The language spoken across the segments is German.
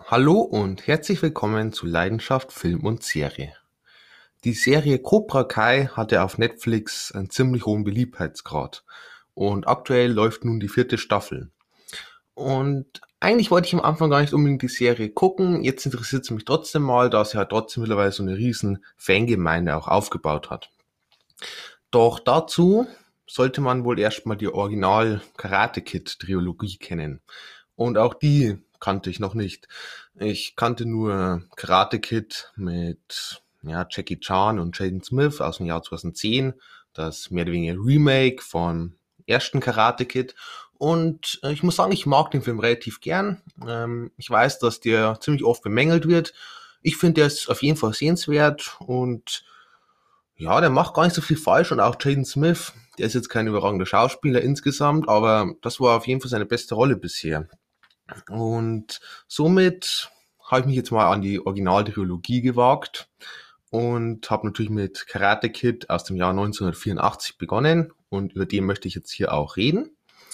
Hallo und herzlich willkommen zu Leidenschaft Film und Serie. Die Serie Cobra Kai hatte auf Netflix einen ziemlich hohen Beliebtheitsgrad und aktuell läuft nun die 4. Staffel. Und eigentlich wollte ich am Anfang gar nicht unbedingt die Serie gucken, jetzt interessiert es mich trotzdem mal, da sie halt trotzdem mittlerweile so eine riesen Fangemeinde auch aufgebaut hat. Doch dazu sollte man wohl erstmal die Original Karate Kid Trilogie kennen. Und auch die kannte ich noch nicht. Ich kannte nur Karate Kid mit Jackie Chan und Jaden Smith aus dem Jahr 2010, das mehr oder weniger Remake vom ersten Karate Kid. Und ich muss sagen, ich mag den Film relativ gern. Ich weiß, dass der ziemlich oft bemängelt wird. Ich finde, der ist auf jeden Fall sehenswert und ja, der macht gar nicht so viel falsch und auch Jaden Smith, der ist jetzt kein überragender Schauspieler insgesamt, aber das war auf jeden Fall seine beste Rolle bisher. Und somit habe ich mich jetzt mal an die Originaltrilogie gewagt und habe natürlich mit Karate Kid aus dem Jahr 1984 begonnen und über den möchte ich jetzt hier auch reden.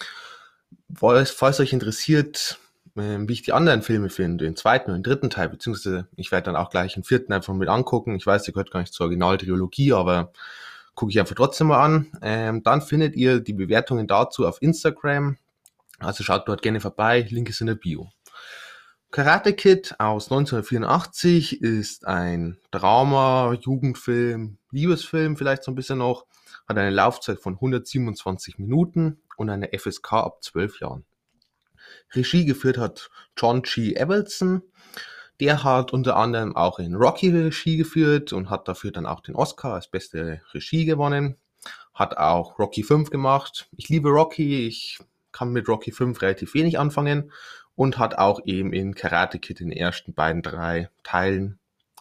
Falls euch interessiert, wie ich die anderen Filme finde, den zweiten und den dritten Teil, beziehungsweise ich werde dann auch gleich den vierten einfach mit angucken. Ich weiß, ihr gehört gar nicht zur Originaltrilogie, aber gucke ich einfach trotzdem mal an. Dann findet ihr die Bewertungen dazu auf Instagram. Also schaut dort gerne vorbei, Link ist in der Bio. Karate Kid aus 1984 ist ein Drama, Jugendfilm, Liebesfilm vielleicht so ein bisschen noch, hat eine Laufzeit von 127 Minuten und eine FSK ab 12 Jahren. Regie geführt hat John G. Avildsen. Der hat unter anderem auch in Rocky Regie geführt und hat dafür dann auch den Oscar als beste Regie gewonnen. Hat auch Rocky 5 gemacht. Ich liebe Rocky, ich kann mit Rocky 5 relativ wenig anfangen und hat auch eben in Karate Kid in den ersten drei Teilen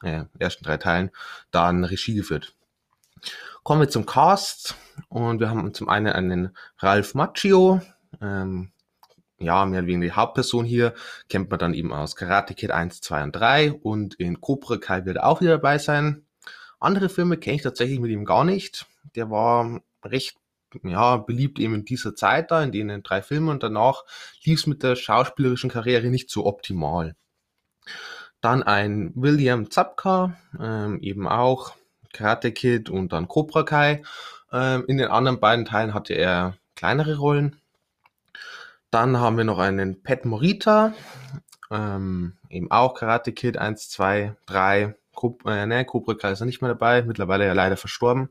dann Regie geführt. Kommen wir zum Cast und wir haben zum einen Ralph Macchio, mehr oder weniger die Hauptperson hier, kennt man dann eben aus Karate Kid 1, 2 und 3 und in Cobra Kai wird er auch wieder dabei sein. Andere Filme kenne ich tatsächlich mit ihm gar nicht. Der war recht beliebt eben in dieser Zeit da, in den 3 Filmen und danach lief es mit der schauspielerischen Karriere nicht so optimal. Dann ein William Zabka, eben auch Karate Kid und dann Cobra Kai. In den anderen beiden Teilen hatte er kleinere Rollen. Dann haben wir noch einen Pat Morita, eben auch Karate Kid 1, 2, 3. Cobra Kai ist er nicht mehr dabei, mittlerweile ja leider verstorben.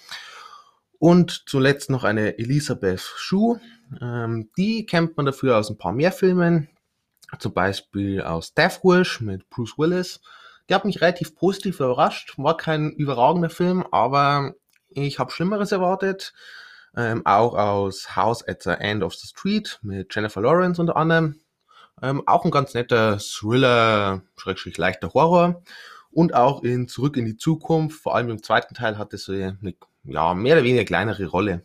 Und zuletzt noch eine Elisabeth Shue. Die kennt man dafür aus ein paar mehr Filmen, zum Beispiel aus Death Wish mit Bruce Willis. Der hat mich relativ positiv überrascht, war kein überragender Film, aber ich habe Schlimmeres erwartet. Auch aus House at the End of the Street mit Jennifer Lawrence unter anderem. Auch ein ganz netter Thriller, schrägstrich leichter Horror. Und auch in Zurück in die Zukunft, vor allem im zweiten Teil, hatte sie eine mehr oder weniger kleinere Rolle.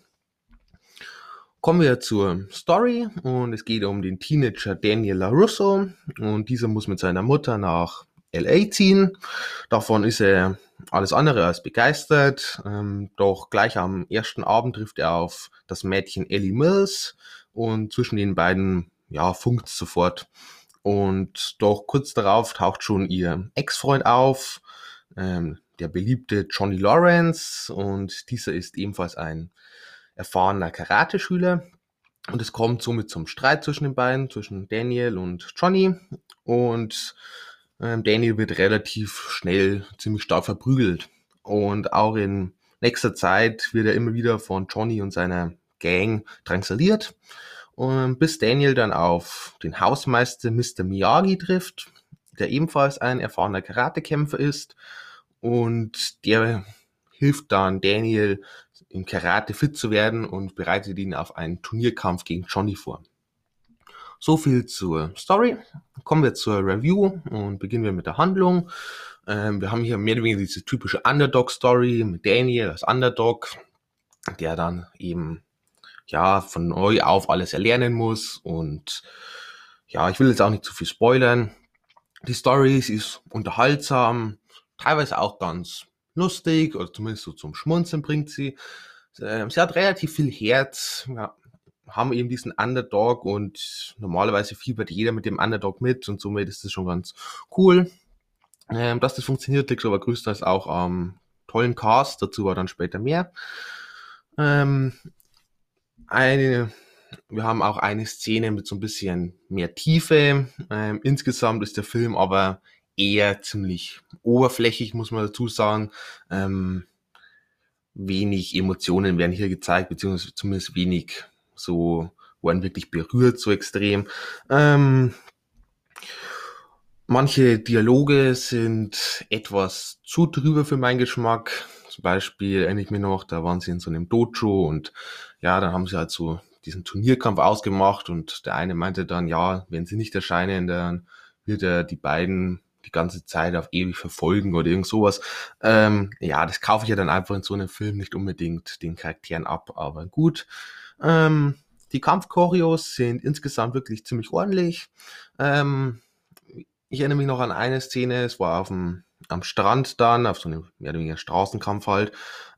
Kommen wir zur Story und es geht um den Teenager Daniel LaRusso und dieser muss mit seiner Mutter nach LA ziehen. Davon ist er alles andere als begeistert, doch gleich am ersten Abend trifft er auf das Mädchen Ellie Mills und zwischen den beiden funkt es sofort. Und doch kurz darauf taucht schon ihr Ex-Freund auf, der beliebte Johnny Lawrence, und dieser ist ebenfalls ein erfahrener Karateschüler. Und es kommt somit zum Streit zwischen den beiden, zwischen Daniel und Johnny. Und Daniel wird relativ schnell ziemlich stark verprügelt. Und auch in nächster Zeit wird er immer wieder von Johnny und seiner Gang drangsaliert. Und bis Daniel dann auf den Hausmeister Mr. Miyagi trifft, der ebenfalls ein erfahrener Karatekämpfer ist. Und der hilft dann Daniel im Karate fit zu werden und bereitet ihn auf einen Turnierkampf gegen Johnny vor. So viel zur Story. Kommen wir zur Review und beginnen wir mit der Handlung. Wir haben hier mehr oder weniger diese typische Underdog-Story mit Daniel als Underdog, der dann eben von neu auf alles erlernen muss. Und ich will jetzt auch nicht zu viel spoilern. Die Story ist unterhaltsam, teilweise auch ganz lustig oder zumindest so zum Schmunzeln bringt sie. Sie hat relativ viel Herz, haben eben diesen Underdog und normalerweise fiebert jeder mit dem Underdog mit und somit ist das schon ganz cool. Dass das funktioniert, liegt aber größtenteils auch am tollen Cast, dazu war dann später mehr. Ähm, eine, Wir haben auch eine Szene mit so ein bisschen mehr Tiefe. Insgesamt ist der Film aber eher ziemlich oberflächlich, muss man dazu sagen. Wenig Emotionen werden hier gezeigt, beziehungsweise zumindest wenig so, wo einen wirklich berührt, so extrem. Manche Dialoge sind etwas zu drüber für meinen Geschmack. Zum Beispiel erinnere ich mich noch, da waren sie in so einem Dojo und ja, dann haben sie halt so diesen Turnierkampf ausgemacht und der eine meinte dann, ja, wenn sie nicht erscheinen, dann wird er die beiden die ganze Zeit auf ewig verfolgen oder irgend sowas. Ja, das kaufe ich ja dann einfach in so einem Film nicht unbedingt den Charakteren ab, aber gut. Ähm, Die Kampfchoreos sind insgesamt wirklich ziemlich ordentlich. Ähm, Ich erinnere mich noch an eine Szene, es war am Strand dann, auf so einem mehr oder weniger Straßenkampf halt.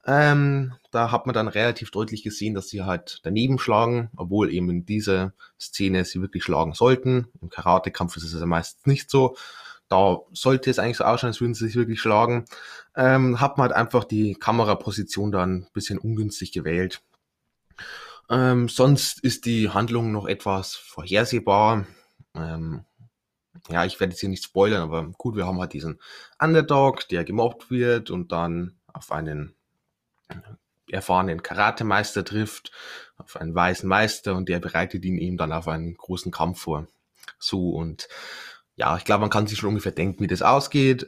Da hat man dann relativ deutlich gesehen, dass sie halt daneben schlagen, obwohl eben in dieser Szene sie wirklich schlagen sollten. Im Karatekampf ist es ja meistens nicht so. Da sollte es eigentlich so ausschauen, als würden sie sich wirklich schlagen. Hat man halt einfach die Kameraposition dann ein bisschen ungünstig gewählt. Sonst ist die Handlung noch etwas vorhersehbar. Ähm, ja, ich werde jetzt hier nicht spoilern, aber gut, wir haben halt diesen Underdog, der gemobbt wird und dann auf einen erfahrenen Karatemeister trifft, auf einen weißen Meister und der bereitet ihn eben dann auf einen großen Kampf vor. So und ja, ich glaube, man kann sich schon ungefähr denken, wie das ausgeht.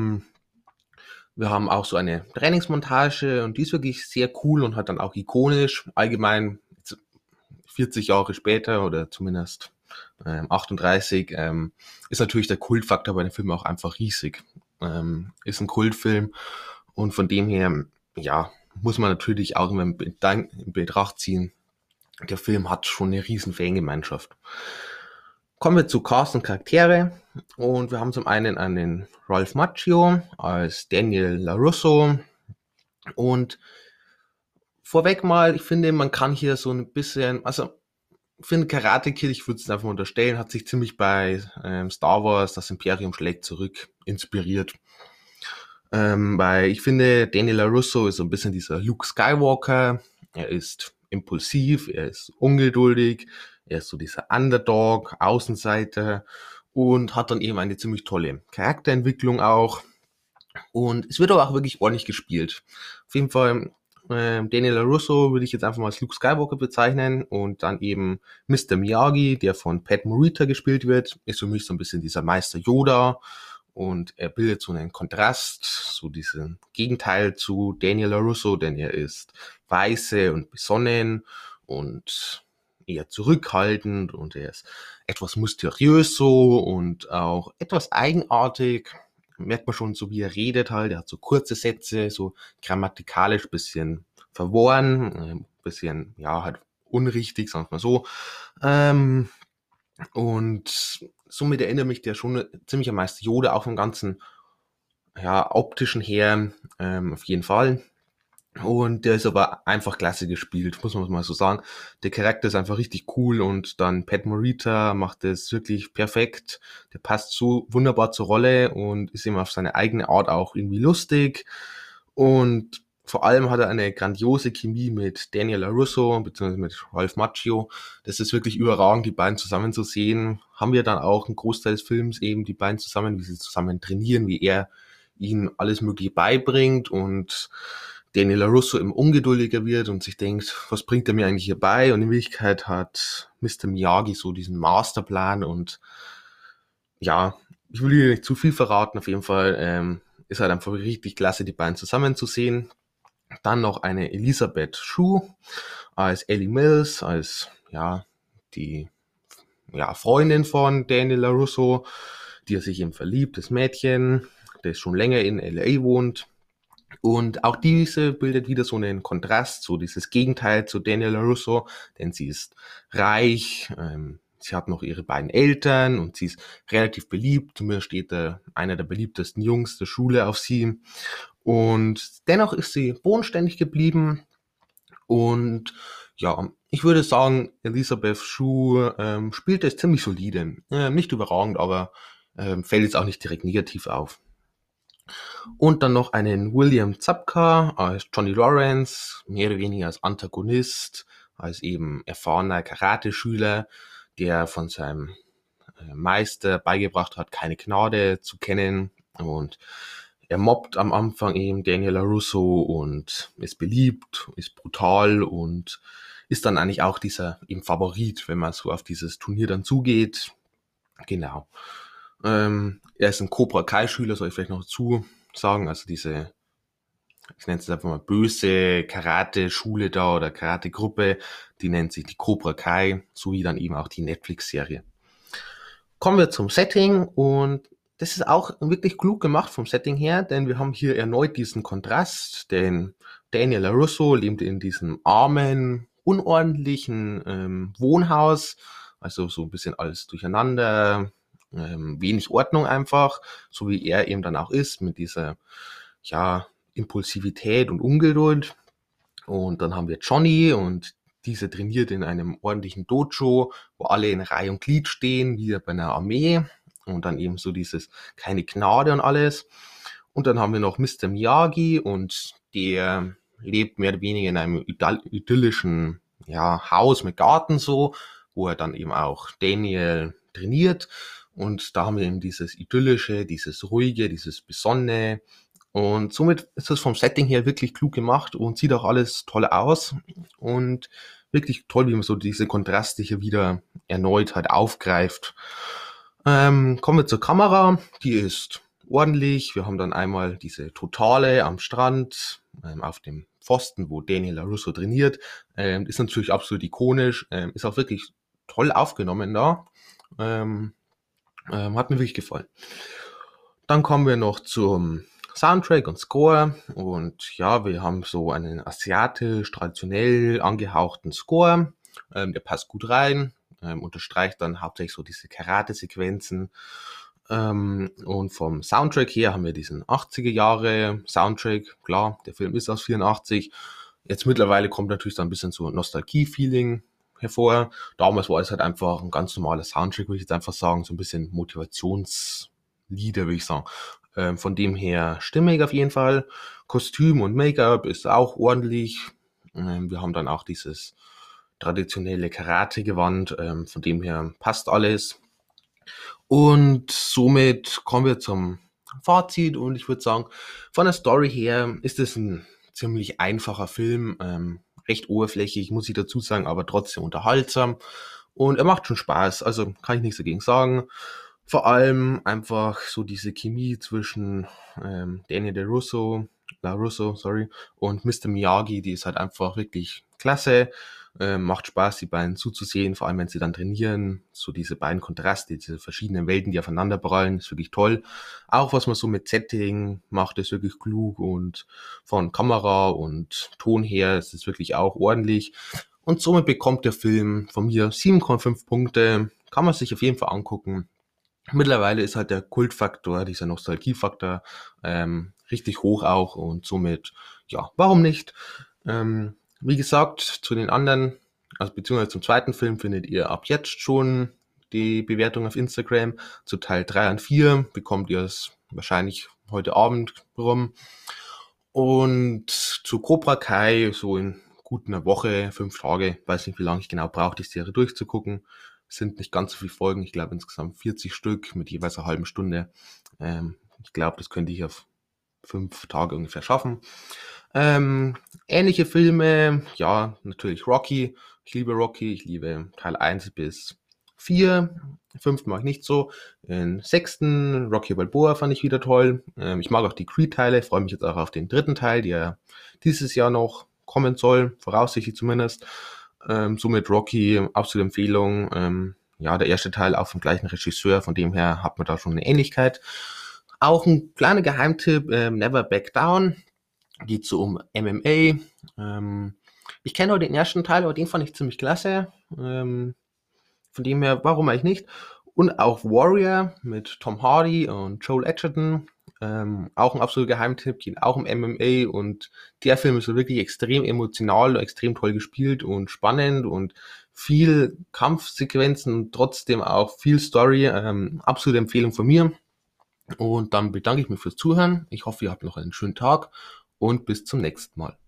Wir haben auch so eine Trainingsmontage und die ist wirklich sehr cool und hat dann auch ikonisch. Allgemein 40 Jahre später oder zumindest 38, ist natürlich der Kultfaktor bei dem Film auch einfach riesig. Ist ein Kultfilm und von dem her, ja, muss man natürlich auch immer in Betracht ziehen, der Film hat schon eine riesen Fangemeinschaft. Kommen wir zu Cast und Charaktere und wir haben zum einen einen Ralph Macchio als Daniel LaRusso und vorweg mal, ich finde, man kann hier so ein bisschen, also für einen Karate Kid, ich würde es einfach unterstellen, hat sich ziemlich bei Star Wars, das Imperium schlägt zurück, inspiriert. Weil ich finde, Daniel LaRusso ist so ein bisschen dieser Luke Skywalker. Er ist impulsiv, er ist ungeduldig, er ist so dieser Underdog, Außenseiter und hat dann eben eine ziemlich tolle Charakterentwicklung auch. Und es wird aber auch wirklich ordentlich gespielt. Auf jeden Fall, Daniel LaRusso würde ich jetzt einfach mal als Luke Skywalker bezeichnen und dann eben Mr. Miyagi, der von Pat Morita gespielt wird, ist für mich so ein bisschen dieser Meister Yoda und er bildet so einen Kontrast, so diesen Gegenteil zu Daniel LaRusso, denn er ist weise und besonnen und eher zurückhaltend und er ist etwas mysteriös so und auch etwas eigenartig merkt man schon so, wie er redet halt. Er hat so kurze Sätze, so grammatikalisch bisschen verworren, bisschen, ja, halt unrichtig, sagen wir mal so. Ähm, und somit erinnert mich der schon ziemlich an Meister Yoda, auch vom ganzen, ja, optischen her, auf jeden Fall. Und der ist aber einfach klasse gespielt, muss man mal so sagen. Der Charakter ist einfach richtig cool und dann Pat Morita macht es wirklich perfekt. Der passt so wunderbar zur Rolle und ist eben auf seine eigene Art auch irgendwie lustig. Und vor allem hat er eine grandiose Chemie mit Daniel LaRusso bzw. mit Ralph Macchio. Das ist wirklich überragend, die beiden zusammen zu sehen. Haben wir dann auch einen Großteil des Films eben die beiden zusammen, wie sie zusammen trainieren, wie er ihnen alles Mögliche beibringt und Daniel LaRusso immer ungeduldiger wird und sich denkt, was bringt er mir eigentlich hier bei? Und in Wirklichkeit hat Mr. Miyagi so diesen Masterplan und ja, ich will hier nicht zu viel verraten, auf jeden Fall ist halt einfach richtig klasse, die beiden zusammen zu sehen. Dann noch eine Elisabeth Shue als Ellie Mills, als ja, die ja, Freundin von Daniel LaRusso, die er sich eben verliebt, das Mädchen, das schon länger in LA wohnt. Und auch diese bildet wieder so einen Kontrast, so dieses Gegenteil zu Daniel LaRusso, denn sie ist reich, sie hat noch ihre beiden Eltern und sie ist relativ beliebt, zumindest steht einer der beliebtesten Jungs der Schule auf sie. Und dennoch ist sie bodenständig geblieben und Ja, ich würde sagen, Elizabeth Shue spielt es ziemlich solide. Nicht überragend, aber fällt jetzt auch nicht direkt negativ auf. Und dann noch einen William Zabka als Johnny Lawrence, mehr oder weniger als Antagonist, als eben erfahrener Karate-Schüler, der von seinem Meister beigebracht hat, keine Gnade zu kennen. Und er mobbt am Anfang eben Daniel LaRusso und ist beliebt, ist brutal und ist dann eigentlich auch dieser eben Favorit, wenn man so auf dieses Turnier dann zugeht. Genau. Er ist ein Cobra Kai-Schüler, soll ich vielleicht noch dazu sagen. Also diese, ich nenne es einfach mal böse Karate-Schule da oder Karate-Gruppe, die nennt sich die Cobra Kai, sowie dann eben auch die Netflix-Serie. Kommen wir zum Setting und das ist auch wirklich klug gemacht vom Setting her, denn wir haben hier erneut diesen Kontrast, denn Daniel LaRusso lebt in diesem armen, unordentlichen Wohnhaus, also so ein bisschen alles durcheinander, wenig Ordnung einfach, so wie er eben dann auch ist, mit dieser, ja, Impulsivität und Ungeduld. Und dann haben wir Johnny und diese trainiert in einem ordentlichen Dojo, wo alle in Reihe und Glied stehen, wie bei einer Armee. Und dann eben so dieses keine Gnade und alles. Und dann haben wir noch Mr. Miyagi und der lebt mehr oder weniger in einem idyllischen, ja, Haus mit Garten so, wo er dann eben auch Daniel trainiert. Und da haben wir eben dieses idyllische, dieses ruhige, dieses besonnene. Und somit ist es vom Setting her wirklich klug gemacht und sieht auch alles toll aus. Und wirklich toll, wie man so diese Kontraste hier wieder erneut halt aufgreift. Kommen wir zur Kamera. Die ist ordentlich. Wir haben dann einmal diese Totale am Strand, auf dem Pfosten, wo Daniel LaRusso trainiert. Ist natürlich absolut ikonisch. Ist auch wirklich toll aufgenommen da. Hat mir wirklich gefallen. Dann kommen wir noch zum Soundtrack und Score. Und ja, wir haben so einen asiatisch, traditionell angehauchten Score. Der passt gut rein, unterstreicht dann hauptsächlich so diese Karate-Sequenzen. Und vom Soundtrack her haben wir diesen 80er Jahre Soundtrack. Klar, der Film ist aus 84. Jetzt mittlerweile kommt natürlich so ein bisschen so Nostalgie-Feeling hervor. Damals war es halt einfach ein ganz normaler Soundtrack, würde ich jetzt einfach sagen. So ein bisschen Motivationslieder, würde ich sagen. Von dem her stimmig auf jeden Fall. Kostüm und Make-up ist auch ordentlich. Wir haben dann auch dieses traditionelle Karate-Gewand. Von dem her passt alles. Und somit kommen wir zum Fazit. Und ich würde sagen, von der Story her ist es ein ziemlich einfacher Film. Recht oberflächlich, muss ich dazu sagen, aber trotzdem unterhaltsam. Und er macht schon Spaß. Also kann ich nichts dagegen sagen. Vor allem einfach so diese Chemie zwischen Daniel LaRusso, sorry, und Mr. Miyagi, die ist halt einfach wirklich klasse. Macht Spaß, die beiden zuzusehen, vor allem wenn sie dann trainieren. So diese beiden Kontraste, diese verschiedenen Welten, die aufeinander prallen, ist wirklich toll. Auch was man so mit Setting macht, ist wirklich klug und von Kamera und Ton her ist es wirklich auch ordentlich. Und somit bekommt der Film von mir 7,5 Punkte. Kann man sich auf jeden Fall angucken. Mittlerweile ist halt der Kultfaktor, dieser Nostalgiefaktor, richtig hoch auch und somit, ja, warum nicht? Wie gesagt, zu den anderen, also beziehungsweise zum zweiten Film findet ihr ab jetzt schon die Bewertung auf Instagram. Zu Teil 3 und 4 bekommt ihr es wahrscheinlich heute Abend rum. Und zu Cobra Kai so in gut einer Woche, 5 Tage, weiß nicht, wie lange ich genau brauche, die Serie durchzugucken. Sind nicht ganz so viele Folgen, ich glaube insgesamt 40 Stück mit jeweils einer halben Stunde. Ich glaube, das könnte ich auf 5 Tage ungefähr schaffen. Ähnliche Filme, ja, natürlich Rocky. Ich liebe Rocky, ich liebe Teil 1 bis 4. 5 mag ich nicht so. Den 6. Rocky Balboa fand ich wieder toll. Ich mag auch die Creed-Teile, freue mich jetzt auch auf den 3. Teil, der dieses Jahr noch kommen soll, voraussichtlich zumindest. Somit Rocky, absolute Empfehlung. Ja, der erste Teil auch vom gleichen Regisseur, von dem her hat man da schon eine Ähnlichkeit. Auch ein kleiner Geheimtipp, Never Back Down. Geht so um MMA. Ich kenne nur den ersten Teil, aber den fand ich ziemlich klasse. Von dem her, warum eigentlich nicht? Und auch Warrior mit Tom Hardy und Joel Edgerton. Auch ein absoluter Geheimtipp, geht auch um MMA und der Film ist so wirklich extrem emotional, extrem toll gespielt und spannend und viel Kampfsequenzen und trotzdem auch viel Story. Absolute Empfehlung von mir. Und dann bedanke ich mich fürs Zuhören. Ich hoffe, ihr habt noch einen schönen Tag und bis zum nächsten Mal.